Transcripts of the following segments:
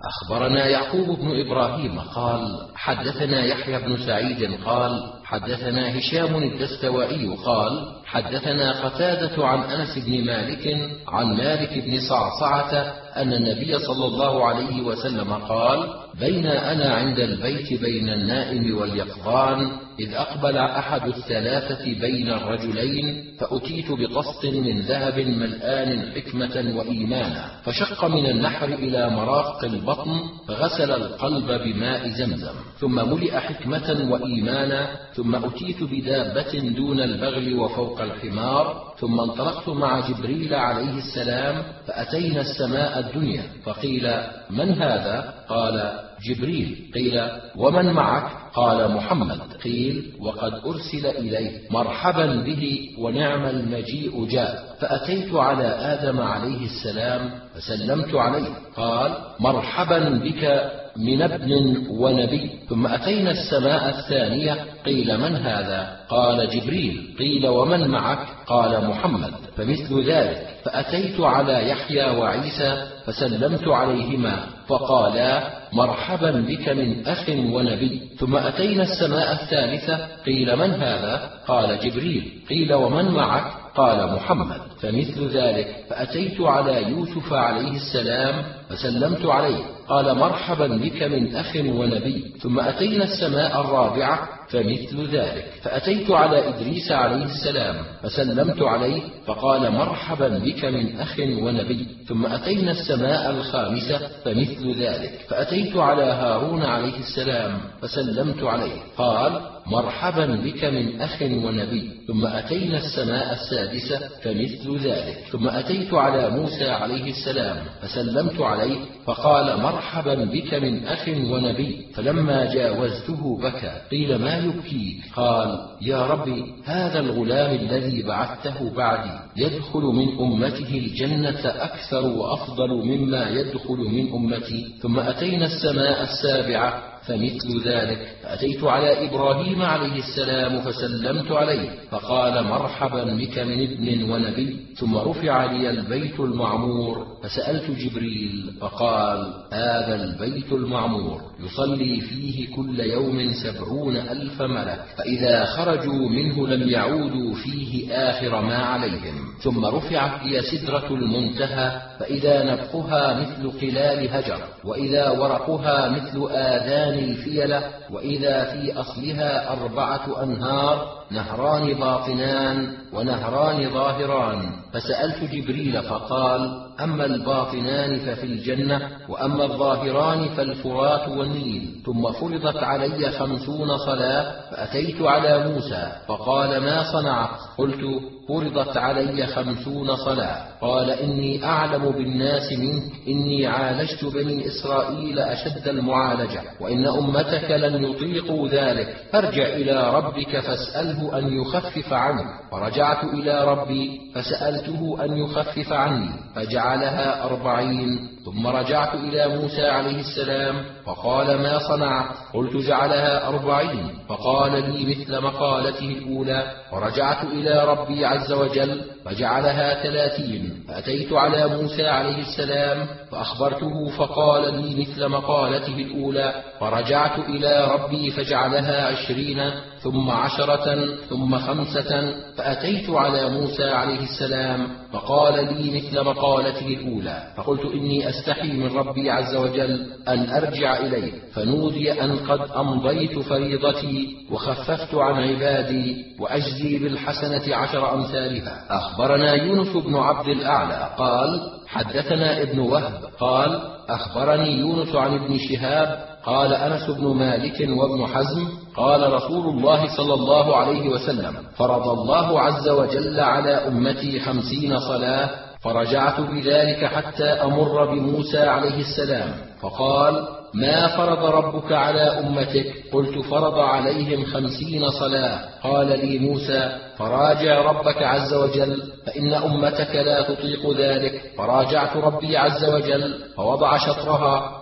أخبرنا يعقوب بن إبراهيم قال حدثنا يحيى بن سعيد قال حدثنا هشام الدستوائي قال حدثنا قتادة عن أنس بن مالك عن مالك بن صعصعة أن النبي صلى الله عليه وسلم قال بين أنا عند البيت بين النائم واليقظان إذ أقبل أحد الثلاثة بين الرجلين فأتيت بطست من ذهب ملآن حكمة وإيمانا فشق من النحر إلى مراق البطن فغسل القلب بماء زمزم ثم ملئ حكمة وإيمانا ثم أتيت بدابة دون البغل وفوق الحمار ثم انطلقت مع جبريل عليه السلام فأتينا السماء الدنيا فقيل من هذا؟ قال جبريل. قيل ومن معك؟ قال محمد. قيل وقد أرسل إليه مرحبا به ونعم المجيء جاء. فأتيت على آدم عليه السلام فسلمت عليه قال مرحبا بك من ابن ونبي. ثم أتينا السماء الثانية قيل من هذا؟ قال جبريل. قيل ومن معك؟ قال محمد. فمثل ذلك. فأتيت على يحيى وعيسى فسلمت عليهما فقالا مرحبا بك من أخ ونبي. ثم أتينا السماء الثالثة قيل من هذا؟ قال جبريل. قيل ومن معك؟ قال محمد. فمثل ذلك. فأتيت على يوسف عليه السلام فسلمت عليه قال مرحبا بك من أخ ونبي. ثم أتينا السماء الرابعة فمثل ذلك. فأتيت على إدريس عليه السلام فسلمت عليه فقال مرحبا بك من أخ ونبي. ثم أتينا السماء الخامسة فمثل ذلك. فأتيت على هارون عليه السلام فسلمت عليه قال مرحبا بك من أخ ونبي. ثم أتينا السماء السادسة فمثل ذلك. ثم أتيت على موسى عليه السلام فسلمت عليه فقال مرحبا بك من أخ ونبي. فلما جاوزته بكى. قيل ما يبكيك؟ قال يا ربي هذا الغلام الذي بعثته بعدي يدخل من أمته الجنة أكثر وأفضل مما يدخل من أمتي. ثم أتينا السماء السابعة فمثل ذلك. فأتيت على إبراهيم عليه السلام فسلمت عليه فقال مرحبا بك من ابن ونبي. ثم رفع لي البيت المعمور فسألت جبريل فقال هذا البيت المعمور يصلي فيه كل يوم 70,000 ملك فإذا خرجوا منه لم يعودوا فيه آخر ما عليهم. ثم رفعت لي سدرة المنتهى فإذا نبقها مثل قلال هجر وإذا ورقها مثل آذان الفيلة وإذا في أصلها 4 أنهار نهران باطنان ونهران ظاهران. فسألت جبريل فقال أما الباطنان ففي الجنة وأما الظاهران فالفرات والنيل. ثم فرضت علي 50 صلاة. فأتيت على موسى فقال ما صنعت؟ قلت فرضت علي 50 صلاة. قال إني أعلم بالناس منك إني عالجت بني إسرائيل أشد المعالجة وإن أمتك لن يطيقوا ذلك فارجع إلى ربك فاسأله أن يخفف عنك. فرجعت إلى ربي فسألته أن يخفف عني فجعلها 40. ثم رجعت إلى موسى عليه السلام فقال ما صنعت؟ قلت جعلها 40. فقال لي مثل مقالته الأولى. فرجعت إلى ربي عز وجل فجعلها 30. فأتيت على موسى عليه السلام فأخبرته فقال لي مثل مقالته الأولى. فرجعت إلى ربي فجعلها 20 ثم 10 ثم 5. فأتيت على موسى عليه السلام فقال لي مثل مقالته الأولى. فقلت إني أستحي من ربي عز وجل أن أرجع إليه. فنودي أن قد أمضيت فريضتي وخففت عن عبادي وأجزي بالحسنة 10 أمثالها. أخبرنا يونس بن عبد الأعلى قال حدثنا ابن وهب قال أخبرني يونس عن ابن شهاب قال أنس بن مالك وابن حزم قال رسول الله صلى الله عليه وسلم فرض الله عز وجل على أمتي 50 صلاة. فرجعت بذلك حتى أمر بموسى عليه السلام فقال ما فرض ربك على أمتك؟ قلت فرض عليهم 50 صلاة. قال لي موسى فراجع ربك عز وجل فإن أمتك لا تطيق ذلك. فراجعت ربي عز وجل فوضع شطرها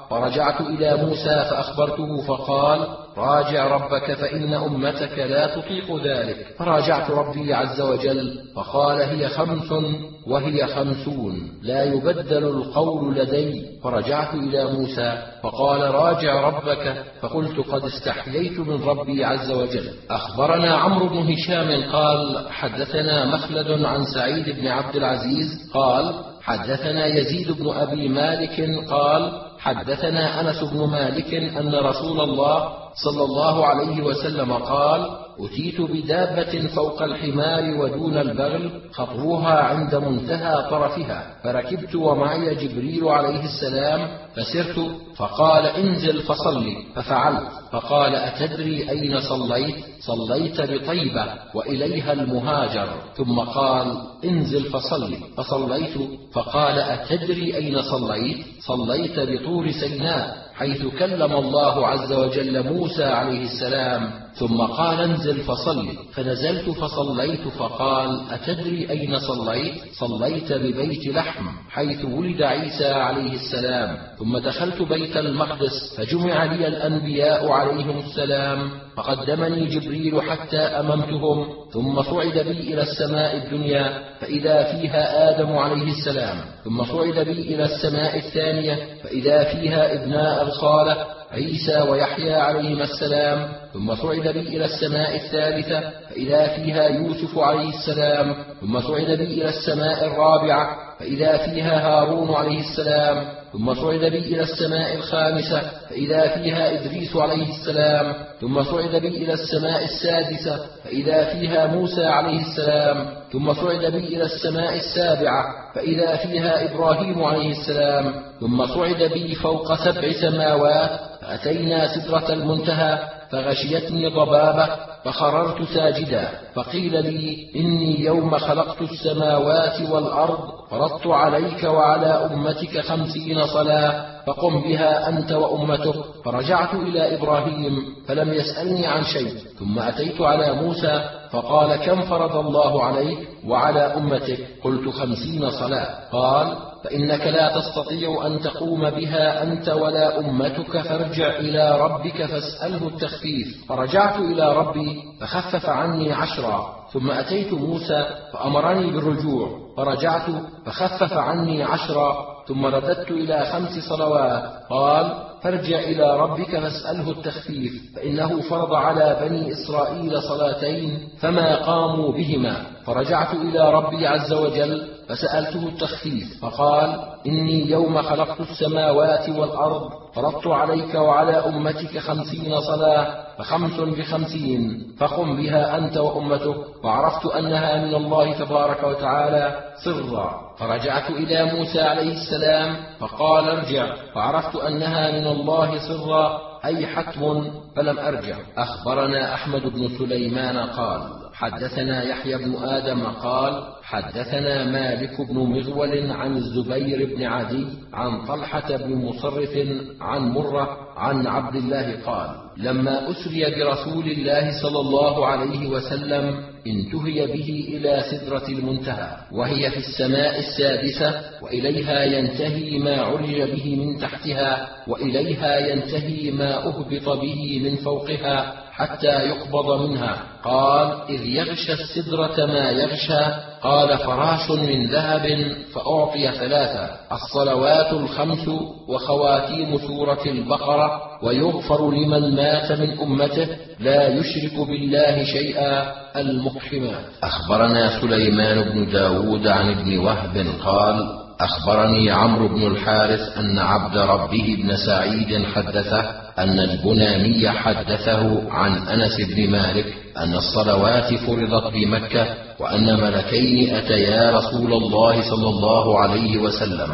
فرجعت إلى موسى فأخبرته فقال: راجع ربك فإن أمتك لا تطيق ذلك. فراجعت ربي عز وجل فقال: هي 5 وهي 50 لا يبدل القول لدي. فرجعت إلى موسى فقال: راجع ربك. فقلت: قد استحييت من ربي عز وجل. أخبرنا عمرو بن هشام قال: حدثنا مخلد عن سعيد بن عبد العزيز قال: حدثنا يزيد بن أبي مالك قال: حدثنا أنس بن مالك أن رسول الله صلى الله عليه وسلم قال: أتيت بدابة فوق الحمار ودون البغل خطوها عند منتهى طرفها، فركبت ومعي جبريل عليه السلام فسرت، فقال: انزل فصلي، ففعلت. فقال: أتدري أين صليت؟ صليت بطيبة وإليها المهاجر. ثم قال: انزل فصلي، فصليت. فقال: أتدري أين صليت؟ صليت بطور سيناء حيث كلم الله عز وجل موسى عليه السلام. ثم قال: انزل فصلي، فنزلت فصليت. فقال: أتدري أين صليت؟ صليت ببيت لحم حيث ولد عيسى عليه السلام. ثم دخلت بيت المقدس فجمع لي الأنبياء عليهم السلام، فقدمني جبريل حتى أممتهم، ثم صعد بي إلى السماء الدنيا فإذا فيها آدم عليه السلام، ثم صعد بي إلى السماء الثانية فإذا فيها ابناء الخالة عيسى ويحيى عليهما السلام، ثم صعد بي إلى السماء الثالثة فإذا فيها يوسف عليه السلام، ثم صعد بي إلى السماء الرابعة فإذا فيها هارون عليه السلام، ثم صعد بي إلى السماء الخامسة فإذا فيها إدريس عليه السلام، ثم صعد بي إلى السماء السادسة فإذا فيها موسى عليه السلام، ثم صعد بي إلى السماء السابعة فإذا فيها إبراهيم عليه السلام، ثم صعد بي فوق 7 سماوات فأتينا سدرة المنتهى فغشيتني ضبابة فخررت ساجدا، فقيل لي: إني يوم خلقت السماوات والأرض فرضت عليك وعلى أمتك 50 صلاة فقم بها أنت وأمتك. فرجعت إلى إبراهيم فلم يسألني عن شيء، ثم أتيت على موسى فقال: كم فرض الله عليك وعلى أمتك؟ قلت: 50 صلاة. قال: فإنك لا تستطيع أن تقوم بها أنت ولا أمتك، فارجع إلى ربك فاسأله التخفيف. فرجعت إلى ربي فخفف عني 10. ثم أتيت موسى فأمرني بالرجوع، فرجعت فخفف عني 10. ثم رددت إلى 5 صلوات. قال: فارجع إلى ربك فاسأله التخفيف، فإنه فرض على بني إسرائيل 2 فما قاموا بهما. فرجعت إلى ربي عز وجل فسألته التخفيف، فقال: إني يوم خلقت السماوات والأرض فرضت عليك وعلى أمتك 50 صلاة، ف5 ب50 فقم بها أنت وأمتك. فعرفت أنها من الله تبارك وتعالى سرا. فرجعت إلى موسى عليه السلام فقال: ارجع، فعرفت أنها من الله سرا أي حتم، فلم أرجع. أخبرنا أحمد بن سليمان قال: حدثنا يحيى بن آدم قال: حدثنا مالك بن مغول عن الزبير بن عدي عن طلحة بن مصرف عن مرة عن عبد الله قال: لما أسري برسول الله صلى الله عليه وسلم انتهي به إلى سدرة المنتهى، وهي في السماء السادسة، وإليها ينتهي ما عرج به من تحتها، وإليها ينتهي ما أهبط به من فوقها حتى يقبض منها. قال: إذ يغشى السدرة ما يغشى. قال: فراش من ذهب فأعطي 3: الصلوات 5 وخواتيم سورة البقرة، ويغفر لمن مات من أمته لا يشرك بالله شيئا، المقحمات. أخبرنا سليمان بن داود عن ابن وهب قال: أخبرني عمرو بن الحارث أن عبد ربه بن سعيد حدثه أن البناني حدثه عن أنس بن مالك أن الصلوات فرضت بمكة، وأن ملكين أتيا رسول الله صلى الله عليه وسلم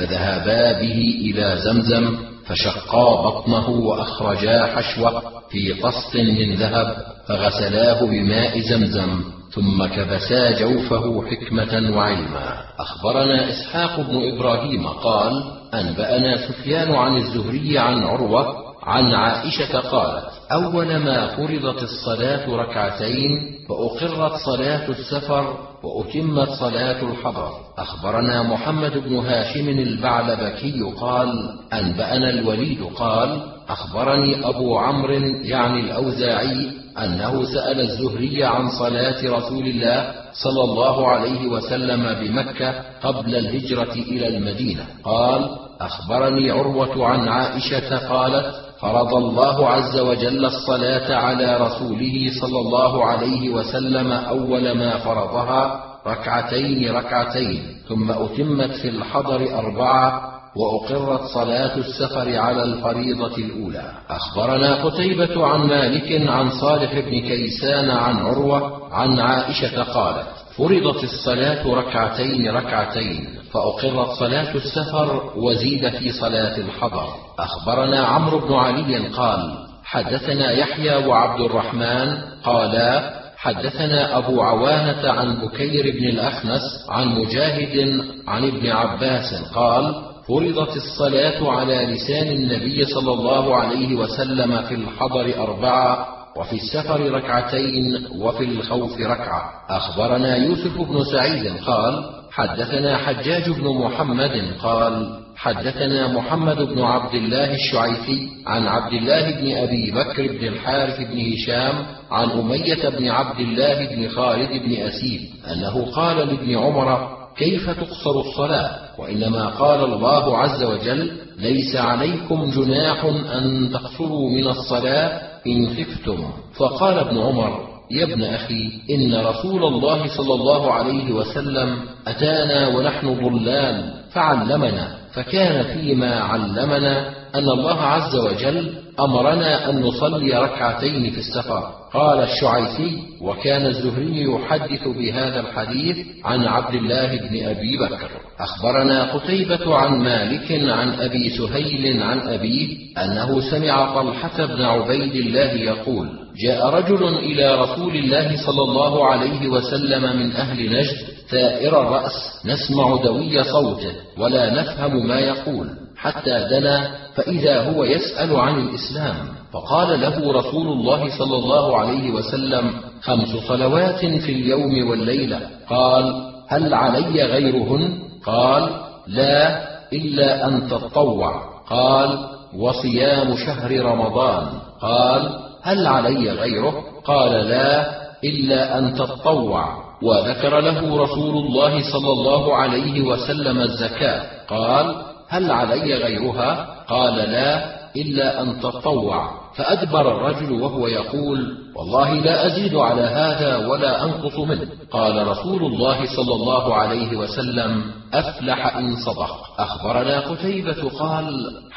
فذهبا به إلى زمزم فشقا بطنه وأخرجا حشوه في قسط من ذهب فغسلاه بماء زمزم ثم كبسا جوفه حكمة وعلما. أخبرنا إسحاق بن إبراهيم قال: أنبأنا سفيان عن الزهري عن عروة عن عائشة قالت: أول ما فرضت الصلاة 2 فأقرت صلاة السفر وأتمت صلاة الحضر. أخبرنا محمد بن هاشم البعلبكي قال أنبأنا الوليد قال أخبرني أبو عمرو يعني الأوزاعي أنه سأل الزهري عن صلاة رسول الله صلى الله عليه وسلم بمكة قبل الهجرة إلى المدينة. قال أخبرني عروة عن عائشة قالت فرض الله عز وجل الصلاة على رسوله صلى الله عليه وسلم أول ما فرضها ركعتين ثم أتمت في الحضر 4 وأقرت صلاة السفر على الفريضة الأولى. أخبرنا قتيبة عن مالك عن صالح بن كيسان عن عروة عن عائشة قالت فرضت الصلاة ركعتين فأقرت صلاة السفر وزيد في صلاة الحضر. أخبرنا عمرو بن علي قال حدثنا يحيى وعبد الرحمن قالا حدثنا أبو عوانة عن بكير بن الأخنس عن مجاهد عن ابن عباس قال فرضت الصلاة على لسان النبي صلى الله عليه وسلم في الحضر 4 وفي السفر 2 وفي الخوف 1. أخبرنا يوسف بن سعيد قال حدثنا حجاج بن محمد قال حدثنا محمد بن عبد الله الشعيثي عن عبد الله بن أبي بكر بن الحارث بن هشام عن أمية بن عبد الله بن خالد بن أسيد أنه قال لابن عمر كيف تقصر الصلاة؟ وإنما قال الله عز وجل ليس عليكم جناح أن تقصروا من الصلاة إن خفتم. فقال ابن عمر يا ابن أخي إن رسول الله صلى الله عليه وسلم أتانا ونحن ضلال فعلمنا، فكان فيما علمنا أن الله عز وجل أمرنا أن نصلي 2 في السفر. قال الشعيثي وكان الزهري يحدث بهذا الحديث عن عبد الله بن أبي بكر. أخبرنا قتيبة عن مالك عن أبي سهيل عن أبيه أنه سمع طلحة بن عبيد الله يقول جاء رجل إلى رسول الله صلى الله عليه وسلم من أهل نجد ثائر الرأس نسمع دوي صوته ولا نفهم ما يقول حتى دنا فإذا هو يسأل عن الإسلام. فقال له رسول الله صلى الله عليه وسلم 5 صلوات في اليوم والليلة. قال هل علي غيرهن؟ قال لا إلا أن تتطوع. قال وصيام شهر رمضان. قال هل علي غيره؟ قال لا إلا أن تتطوع. وذكر له رسول الله صلى الله عليه وسلم الزكاة. قال هل علي غيرها؟ قال لا إلا أن تتطوع. فأدبر الرجل وهو يقول والله لا أزيد على هذا ولا أنقص منه. قال رسول الله صلى الله عليه وسلم أفلح إن صدق. أخبرنا قتيبة قال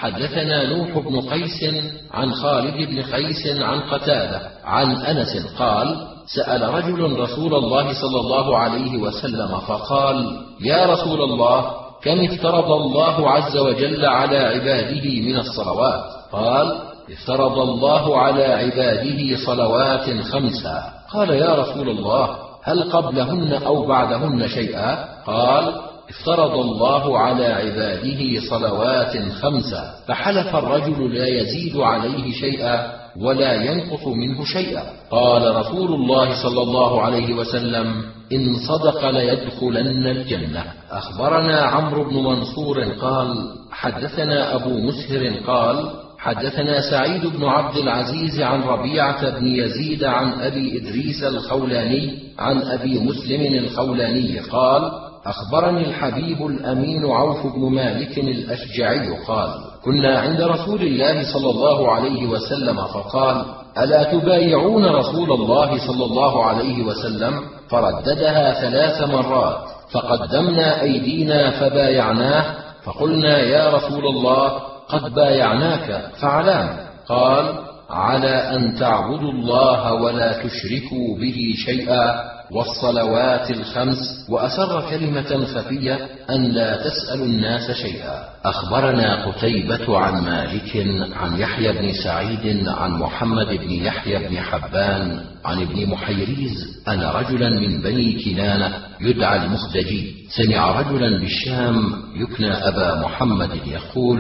حدثنا نوح بن قيس عن خالد بن قيس عن قتادة عن أنس قال سأل رجل رسول الله صلى الله عليه وسلم فقال يا رسول الله كم افترض الله عز وجل على عباده من الصلوات؟ قال افترض الله على عباده صلوات 5. قال يا رسول الله هل قبلهن أو بعدهن شيئا؟ قال افترض الله على عباده صلوات 5. فحلف الرجل لا يزيد عليه شيئا ولا ينقص منه شيئا. قال رسول الله صلى الله عليه وسلم إن صدق ليدخلن الجنة. أخبرنا عمرو بن منصور قال حدثنا أبو مسهر قال حدثنا سعيد بن عبد العزيز عن ربيعة بن يزيد عن أبي إدريس الخولاني عن أبي مسلم الخولاني قال أخبرني الحبيب الأمين عوف بن مالك الأشجعي قال كنا عند رسول الله صلى الله عليه وسلم فقال ألا تبايعون رسول الله صلى الله عليه وسلم؟ فرددها 3 مرات فقدمنا أيدينا فبايعناه فقلنا يا رسول الله قد بايعناك فعلام؟ قال على أن تعبدوا الله ولا تشركوا به شيئا والصلوات 5 وأسر كلمة خفية أن لا تسألوا الناس شيئا. أخبرنا قتيبة عن مالك عن يحيى بن سعيد عن محمد بن يحيى بن حبان عن ابن محيريز أن رجلا من بني كنانة يدعى المخدجي سمع رجلا بالشام يكنى أبا محمد يقول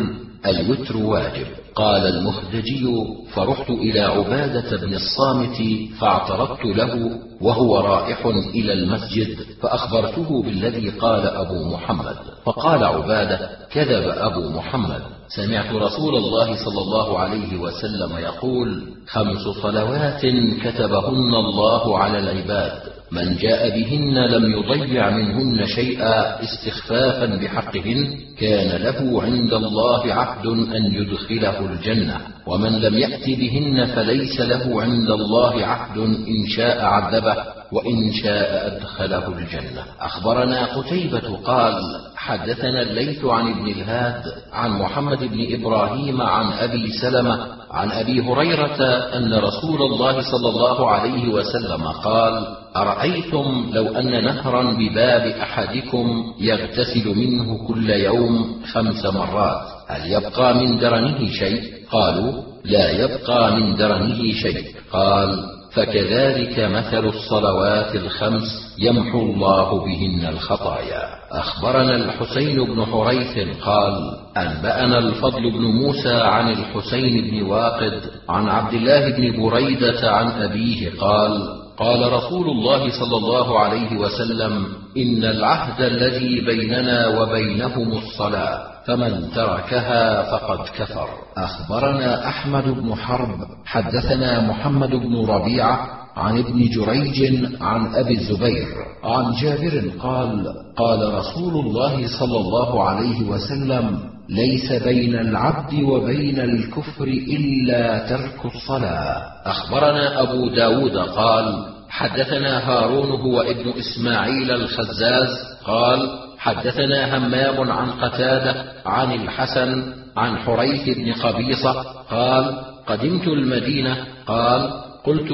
الوتر واجب. قال المخزجي: فرحت إلى عبادة بن الصامت فاعترضت له وهو رائح إلى المسجد، فأخبرته بالذي قال أبو محمد، فقال عبادة: كذب أبو محمد، سمعت رسول الله صلى الله عليه وسلم يقول: 5 صلوات كتبهن الله على العباد، من جاء بهن لم يضيع منهن شيئا استخفافا بحقهن كان له عند الله عهد أن يدخله الجنة، ومن لم يأت بهن فليس له عند الله عهد، إن شاء عذبه وإن شاء أدخله الجنة. أخبرنا قتيبة قال: حدثنا الليث عن ابن الهاد عن محمد بن إبراهيم عن أبي سلمة عن أبي هريرة أن رسول الله صلى الله عليه وسلم قال: أرأيتم لو أن نهرا بباب أحدكم يغتسل منه كل يوم 5 مرات، هل يبقى من درنه شيء؟ قالوا: لا يبقى من درنه شيء. قال: فكذلك مثل الصلوات 5 يمحو الله بهن الخطايا. أخبرنا الحسين بن حريث قال: أنبأنا الفضل بن موسى عن الحسين بن واقد عن عبد الله بن بريدة عن أبيه قال: قال رسول الله صلى الله عليه وسلم: إن العهد الذي بيننا وبينهم الصلاة، فمن تركها فقد كفر. أخبرنا أحمد بن حرب حدثنا محمد بن ربيعة عن ابن جريج عن أبي الزبير عن جابر قال: قال رسول الله صلى الله عليه وسلم: ليس بين العبد وبين الكفر إلا ترك الصلاة. أخبرنا أبو داود قال: حدثنا هارون هو ابن إسماعيل الخزاز قال: حدثنا همام عن قتادة عن الحسن عن حريث بن قبيصة قال: قدمت المدينة. قال: قلت: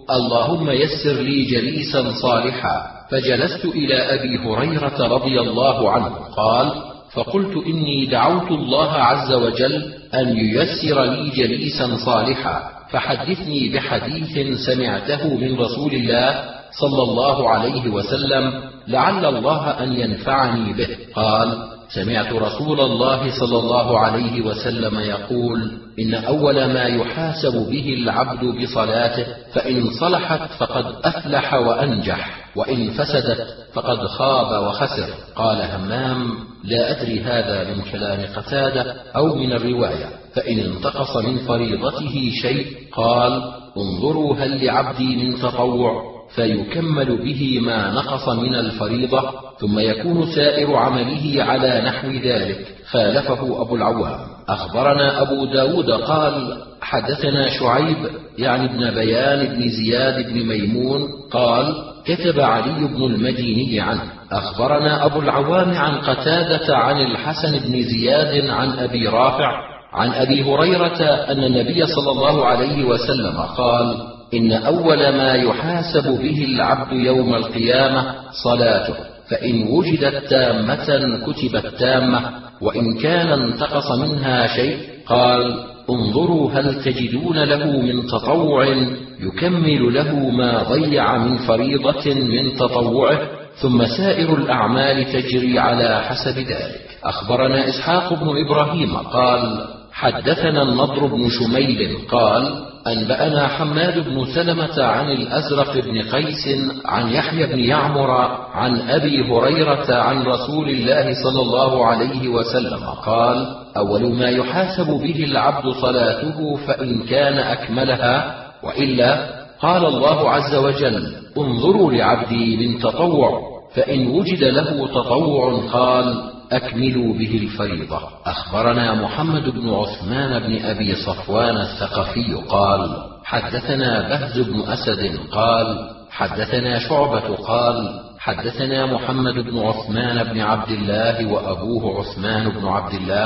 اللهم يسر لي جليسا صالحا، فجلست إلى أبي هريرة رضي الله عنه. قال: فقلت: إني دعوت الله عز وجل أن ييسر لي جليسا صالحا، فحدثني بحديث سمعته من رسول الله صلى الله عليه وسلم لعل الله أن ينفعني به. قال: سمعت رسول الله صلى الله عليه وسلم يقول: إن أول ما يحاسب به العبد بصلاته، فإن صلحت فقد أفلح وأنجح، وإن فسدت فقد خاب وخسر. قال همام: لا أدري هذا من كلام قتادة أو من الرواية، فإن انتقص من فريضته شيء قال: انظروا هل لعبدي من تطوع، فيكمل به ما نقص من الفريضة، ثم يكون سائر عمله على نحو ذلك. خالفه أبو العوام. أخبرنا أبو داود قال: حدثنا شعيب يعني ابن بيان بن زياد بن ميمون قال: كتب علي بن المديني عنه. أخبرنا أبو العوام عن قتادة عن الحسن بن زياد عن أبي رافع عن أبي هريرة أن النبي صلى الله عليه وسلم قال: إن أول ما يحاسب به العبد يوم القيامة صلاته، فإن وجدت تامة كتبت تامة، وإن كان انتقص منها شيء قال: انظروا هل تجدون له من تطوع يكمل له ما ضيع من فريضة من تطوعه، ثم سائر الأعمال تجري على حسب ذلك. أخبرنا إسحاق بن إبراهيم قال: حدثنا النضر بن شميل قال: أنبأنا حماد بن سلمة عن الأزرق بن قيس عن يحيى بن يعمر عن أبي هريرة عن رسول الله صلى الله عليه وسلم قال: أول ما يحاسب به العبد صلاته، فإن كان أكملها، وإلا قال الله عز وجل: انظروا لعبدي من تطوع، فإن وجد له تطوع قال: أكملوا به الفريضة. أخبرنا محمد بن عثمان بن أبي صفوان الثقفي قال: حدثنا بهز بن أسد قال: حدثنا شعبة قال: حدثنا محمد بن عثمان بن عبد الله وأبوه عثمان بن عبد الله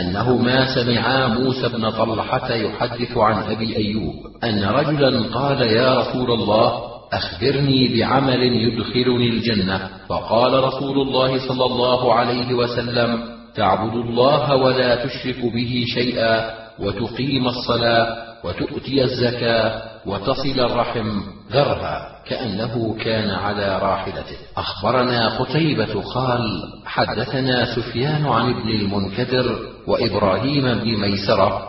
أنهما سمعا موسى بن طلحة يحدث عن أبي أيوب أن رجلا قال: يا رسول الله، أخبرني بعمل يدخلني الجنة. فقال رسول الله صلى الله عليه وسلم: تعبد الله ولا تشرك به شيئا، وتقيم الصلاة وتؤتي الزكاة وتصل الرحم ذرها، كأنه كان على راحلته. أخبرنا قتيبة قال حدثنا سفيان عن ابن المنكدر وإبراهيم بن ميسرة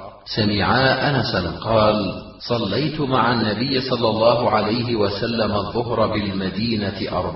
سمعا أنسا قال صليت مع النبي صلى الله عليه وسلم الظهر بالمدينة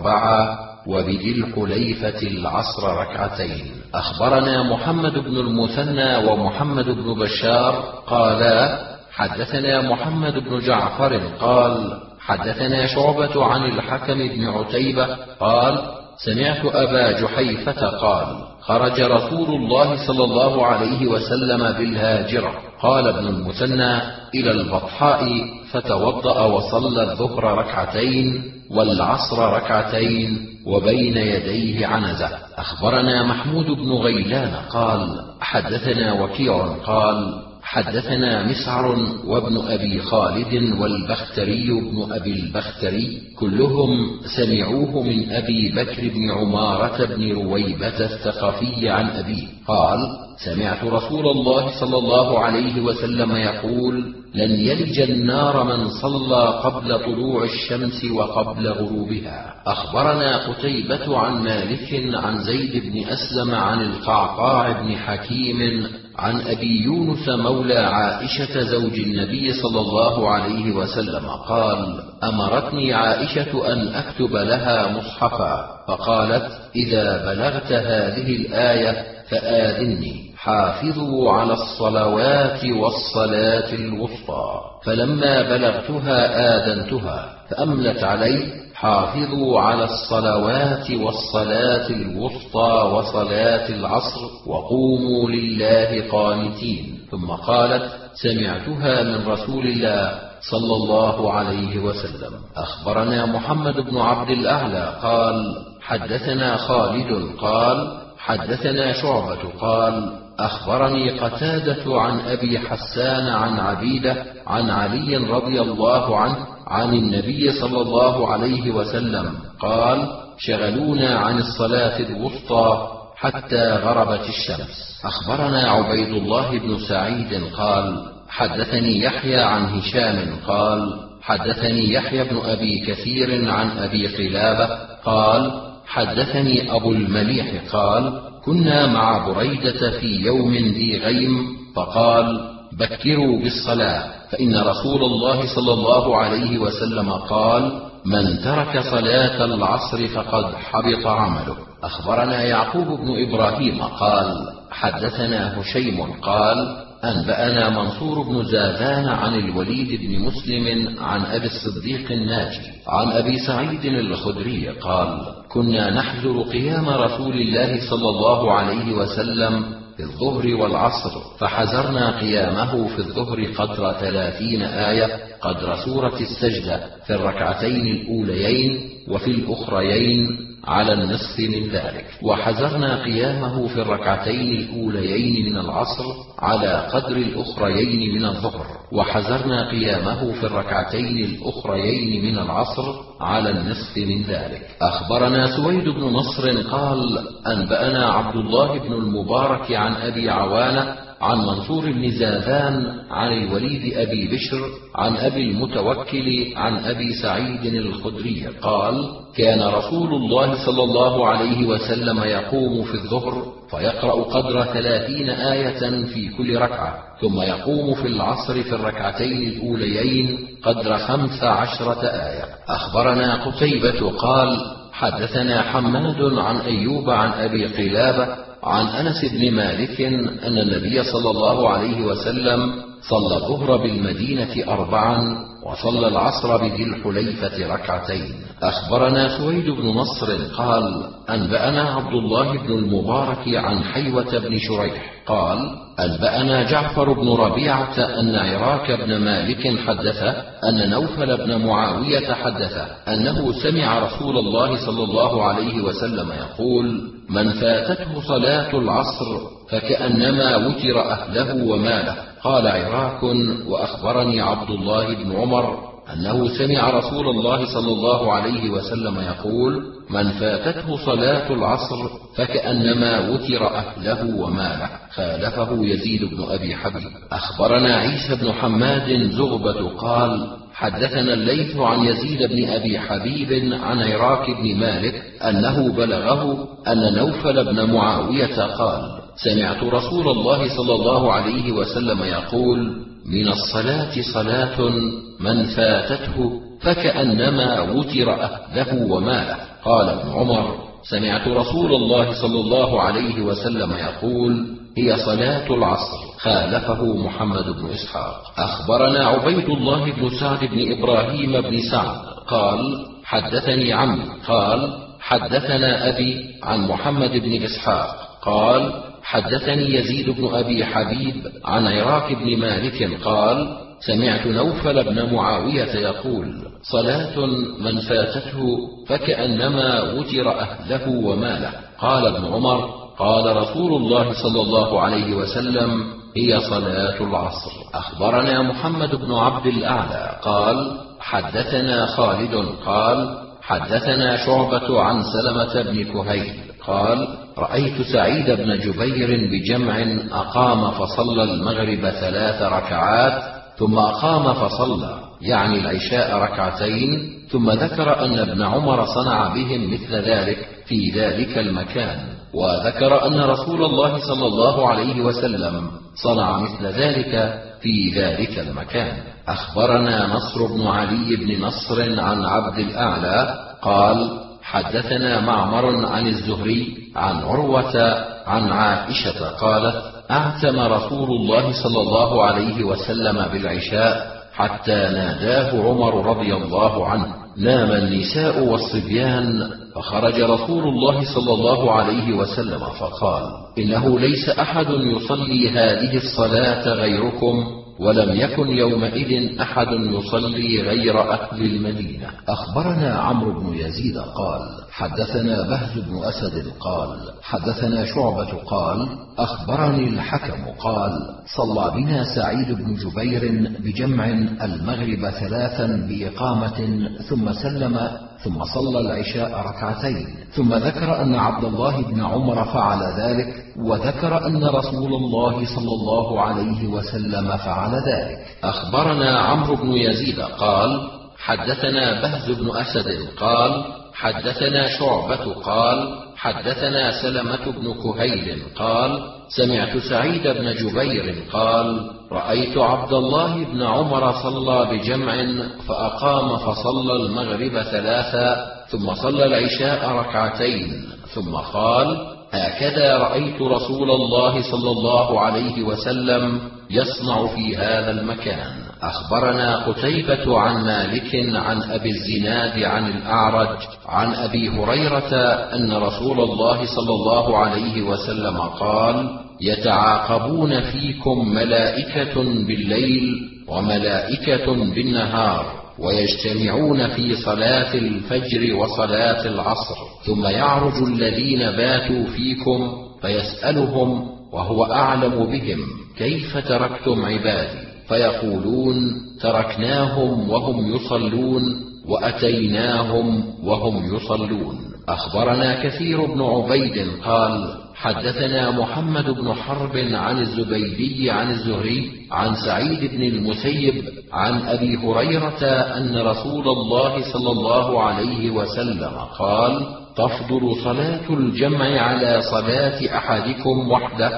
4 وبذي الحليفة العصر 2. أخبرنا محمد بن المثنى ومحمد بن بشار قالا حدثنا محمد بن جعفر قال حدثنا شعبة عن الحكم بن عتيبة قال سمعت أبا جحيفة قال خرج رسول الله صلى الله عليه وسلم بالهاجرة. قال ابن المثنى إلى البطحاء فتوضأ وصلى الظهر 2 والعصر 2 وبين يديه عنزة. أخبرنا محمود بن غيلان قال حدثنا وكيع قال حدثنا مسعر وابن أبي خالد والبختري بن أبي البختري كلهم سمعوه من أبي بكر بن عمارة بن رويبة الثقفي عن أبيه قال سمعت رسول الله صلى الله عليه وسلم يقول لن يلج النار من صلى قبل طلوع الشمس وقبل غروبها. أخبرنا قتيبة عن مالك عن زيد بن أسلم عن القعقاع بن حكيم عن أبي يونس مولى عائشة زوج النبي صلى الله عليه وسلم قال أمرتني عائشة أن أكتب لها مصحفا فقالت إذا بلغت هذه الآية فآذني حافظوا على الصلوات والصلاة الوسطى. فلما بلغتها آذنتها فأملت علي حافظوا على الصلوات والصلاة الوسطى وصلاة العصر وقوموا لله قانتين. ثم قالت سمعتها من رسول الله صلى الله عليه وسلم. أخبرنا محمد بن عبد الأعلى قال حدثنا خالد قال حدثنا شعبة قال أخبرني قتادة عن أبي حسان عن عبيدة عن علي رضي الله عنه عن النبي صلى الله عليه وسلم قال شغلونا عن الصلاة الوسطى حتى غربت الشمس. أخبرنا عبيد الله بن سعيد قال حدثني يحيى عن هشام قال حدثني يحيى بن أبي كثير عن أبي قلابة قال حدثني أبو المليح قال كنا مع بريدة في يوم ذي غيم فقال بكروا بالصلاة فإن رسول الله صلى الله عليه وسلم قال من ترك صلاة العصر فقد حبط عمله. أخبرنا يعقوب بن إبراهيم قال حدثنا هشيم قال أنبأنا منصور بن زاذان عن الوليد بن مسلم عن أبي الصديق الناجي عن أبي سعيد الخدري قال كنا نحذر قيام رسول الله صلى الله عليه وسلم في الظهر والعصر فحذرنا قيامه في الظهر قدر 30 آية قدر سورة السجدة في الركعتين الأوليين وفي الأخريين على النصف من ذلك، وحذرنا قيامه في الركعتين الأوليين من العصر على قدر الأخريين من الظهر، وحذرنا قيامه في الركعتين الأخريين من العصر على النصف من ذلك. أخبرنا سويد بن نصر قال أنبأنا عبد الله بن المبارك عن أبي عوانة عن منصور بن زاذان عن الوليد أبي بشر عن أبي المتوكل عن أبي سعيد الخدري قال كان رسول الله صلى الله عليه وسلم يقوم في الظهر فيقرأ قدر 30 آية في كل ركعة، ثم يقوم في العصر في الركعتين الأوليين قدر 15 آية. أخبرنا قتيبة قال حدثنا حماد عن أيوب عن أبي قلابة عن أنس بن مالك أن النبي صلى الله عليه وسلم صلى الظهر بالمدينة 4 وصلى العصر بذي الحليفة ركعتين. أخبرنا سويد بن نصر قال أنبأنا عبد الله بن المبارك عن حيوة بن شريح قال أنبأنا جعفر بن ربيعة أن عراك بن مالك حدث أن نوفل بن معاوية حدث أنه سمع رسول الله صلى الله عليه وسلم يقول من فاتته صلاة العصر فكأنما وتر أهله وماله. قال عراك وأخبرني عبد الله بن عمر أنه سمع رسول الله صلى الله عليه وسلم يقول: من فاتته صلاة العصر فكأنما وتر أهله وماله. خالفه يزيد بن أبي حبيب. أخبرنا عيسى بن حماد زغبة قال: حدثنا الليث عن يزيد بن أبي حبيب عن عراك بن مالك أنه بلغه أن نوفل بن معاوية قال: سمعت رسول الله صلى الله عليه وسلم يقول: من الصلاة صلاة من فاتته فكأنما وتر أهله وماله. قال ابن عمر: سمعت رسول الله صلى الله عليه وسلم يقول: هي صلاة العصر. خالفه محمد بن إسحاق. أخبرنا عبيد الله بن سعد بن إبراهيم بن سعد قال: حدثني عمي قال: حدثنا أبي عن محمد بن إسحاق قال: حدثني يزيد بن أبي حبيب عن عراك بن مالك قال: سمعت نوفل بن معاوية يقول: صلاة من فاتته فكأنما وتر أهله وماله. قال ابن عمر: قال رسول الله صلى الله عليه وسلم: هي صلاة العصر. أخبرنا محمد بن عبد الأعلى قال: حدثنا خالد قال: حدثنا شعبة عن سلمة بن كهيل قال: رأيت سعيد بن جبير بجمع أقام فصلى المغرب 3 ركعات ثم أقام فصلى، يعني العشاء ركعتين، ثم ذكر أن ابن عمر صنع بهم مثل ذلك في ذلك المكان، وذكر أن رسول الله صلى الله عليه وسلم صنع مثل ذلك في ذلك المكان. أخبرنا نصر بن علي بن نصر عن عبد الأعلى قال: حدثنا معمر عن الزهري عن عروة عن عائشة قالت: أعتم رسول الله صلى الله عليه وسلم بالعشاء حتى ناداه عمر رضي الله عنه: نام النساء والصبيان، فخرج رسول الله صلى الله عليه وسلم فقال: إنه ليس أحد يصلي هذه الصلاة غيركم، ولم يكن يومئذ أحد يصلي غير أهل المدينة. أخبرنا عمرو بن يزيد قال: حدثنا بهز بن أسد قال: حدثنا شعبة قال: أخبرني الحكم قال: صلى بنا سعيد بن جبير بجمع المغرب 3 بإقامة ثم سلم، ثم صلى العشاء ركعتين، ثم ذكر أن عبد الله بن عمر فعل ذلك، وذكر أن رسول الله صلى الله عليه وسلم فعل ذلك. أخبرنا عمرو بن يزيد قال: حدثنا بهز بن أسد قال: حدثنا شعبة قال: حدثنا سلمة بن كهيل قال: سمعت سعيد بن جبير قال: رأيت عبد الله بن عمر صلى بجمع فأقام فصلى المغرب 3 ثم صلى العشاء ركعتين، ثم قال: هكذا رأيت رسول الله صلى الله عليه وسلم يصنع في هذا المكان. أخبرنا قتيبة عن مالك عن أبي الزناد عن الأعرج عن أبي هريرة أن رسول الله صلى الله عليه وسلم قال: يتعاقبون فيكم ملائكة بالليل وملائكة بالنهار، ويجتمعون في صلاة الفجر وصلاة العصر، ثم يعرج الذين باتوا فيكم فيسألهم وهو أعلم بهم: كيف تركتم عبادي؟ فيقولون: تركناهم وهم يصلون وأتيناهم وهم يصلون. أخبرنا كثير بن عبيد قال: حدثنا محمد بن حرب عن الزبيدي عن الزهري عن سعيد بن المسيب عن أبي هريرة أن رسول الله صلى الله عليه وسلم قال: تفضل صلاة الجمع على صلاة أحدكم وحده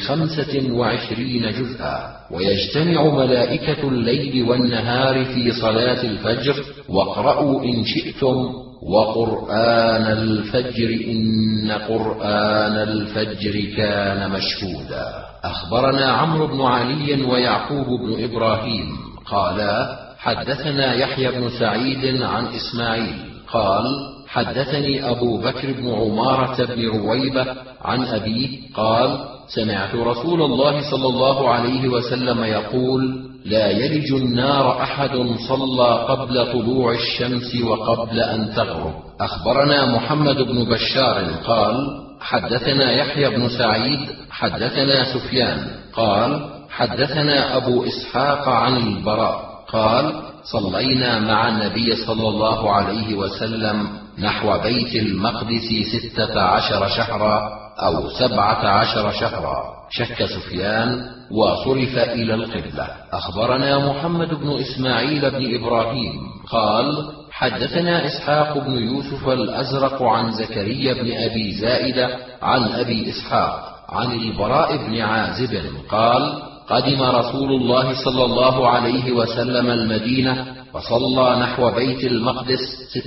ب25 جزءا، ويجتمع ملائكة الليل والنهار في صلاة الفجر، واقرأوا إن شئتم: وقرآن الفجر إن قرآن الفجر كان مشهودا. أخبرنا عمرو بن علي ويعقوب بن إبراهيم قالا: حدثنا يحيى بن سعيد عن إسماعيل قال: حدثني أبو بكر بن عمارة بن رويبة عن أبيه قال: سمعت رسول الله صلى الله عليه وسلم يقول: لا يلج النار أحد صلى قبل طلوع الشمس وقبل أن تغرب. أخبرنا محمد بن بشار قال: حدثنا يحيى بن سعيد حدثنا سفيان قال: حدثنا أبو إسحاق عن البراء قال: صلينا مع النبي صلى الله عليه وسلم نحو بيت المقدس 16 شهرا أو 17 شهرا. شك سفيان: وصرف إلى القبلة. أخبرنا محمد بن إسماعيل بن إبراهيم قال: حدثنا إسحاق بن يوسف الأزرق عن زكريا بن أبي زائدة عن أبي إسحاق عن البراء بن عازب قال: قدم رسول الله صلى الله عليه وسلم المدينة فصلى نحو بيت المقدس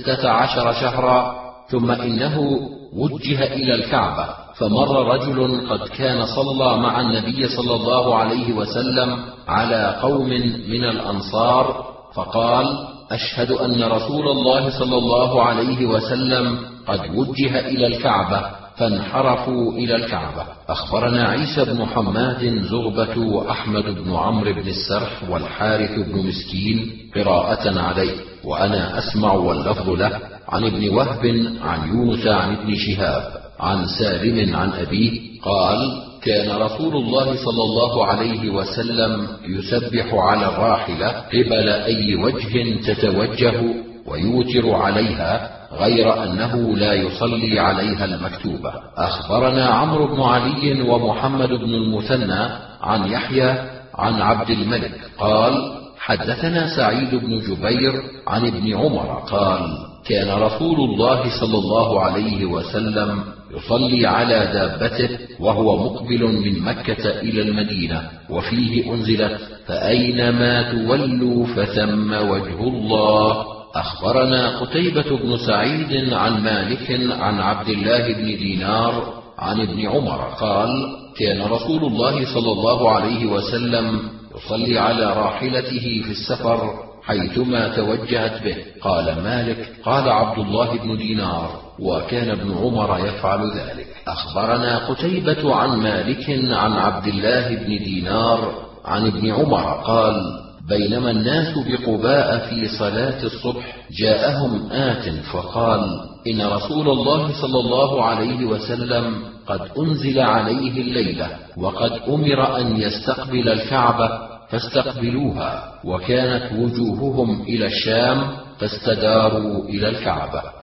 16 شهرا، ثم إنه وجه إلى الكعبة، فمر رجل قد كان صلى مع النبي صلى الله عليه وسلم على قوم من الأنصار، فقال: أشهد أن رسول الله صلى الله عليه وسلم قد وجه إلى الكعبة، فانحرفوا إلى الكعبة. أخبرنا عيسى بن حماد زغبة وأحمد بن عمرو بن السرح والحارث بن مسكين قراءة عليه، وأنا أسمع واللفظ له، عن ابن وهب عن يونس عن ابن شهاب عن سالم عن أبيه قال: كان رسول الله صلى الله عليه وسلم يسبح على الراحلة قبل أي وجه تتوجه ويوتر عليها، غير أنه لا يصلي عليها المكتوبة. أخبرنا عمرو بن علي ومحمد بن المثنى عن يحيى عن عبد الملك قال: حدثنا سعيد بن جبير عن ابن عمر قال: كان رسول الله صلى الله عليه وسلم يصلي على دابته وهو مقبل من مكة إلى المدينة، وفيه أنزلت: فأينما تولوا فثم وجه الله. أخبرنا قتيبة بن سعيد عن مالك عن عبد الله بن دينار عن ابن عمر قال: كان رسول الله صلى الله عليه وسلم يصلي على راحلته في السفر حيثما توجهت به. قال مالك: قال عبد الله بن دينار: وكان ابن عمر يفعل ذلك. أخبرنا قتيبة عن مالك عن عبد الله بن دينار عن ابن عمر قال: بينما الناس بقباء في صلاة الصبح جاءهم آت فقال: إن رسول الله صلى الله عليه وسلم قد أنزل عليه الليلة، وقد أمر أن يستقبل الكعبة، فاستقبلوها، وكانت وجوههم إلى الشام، فاستداروا إلى الكعبة.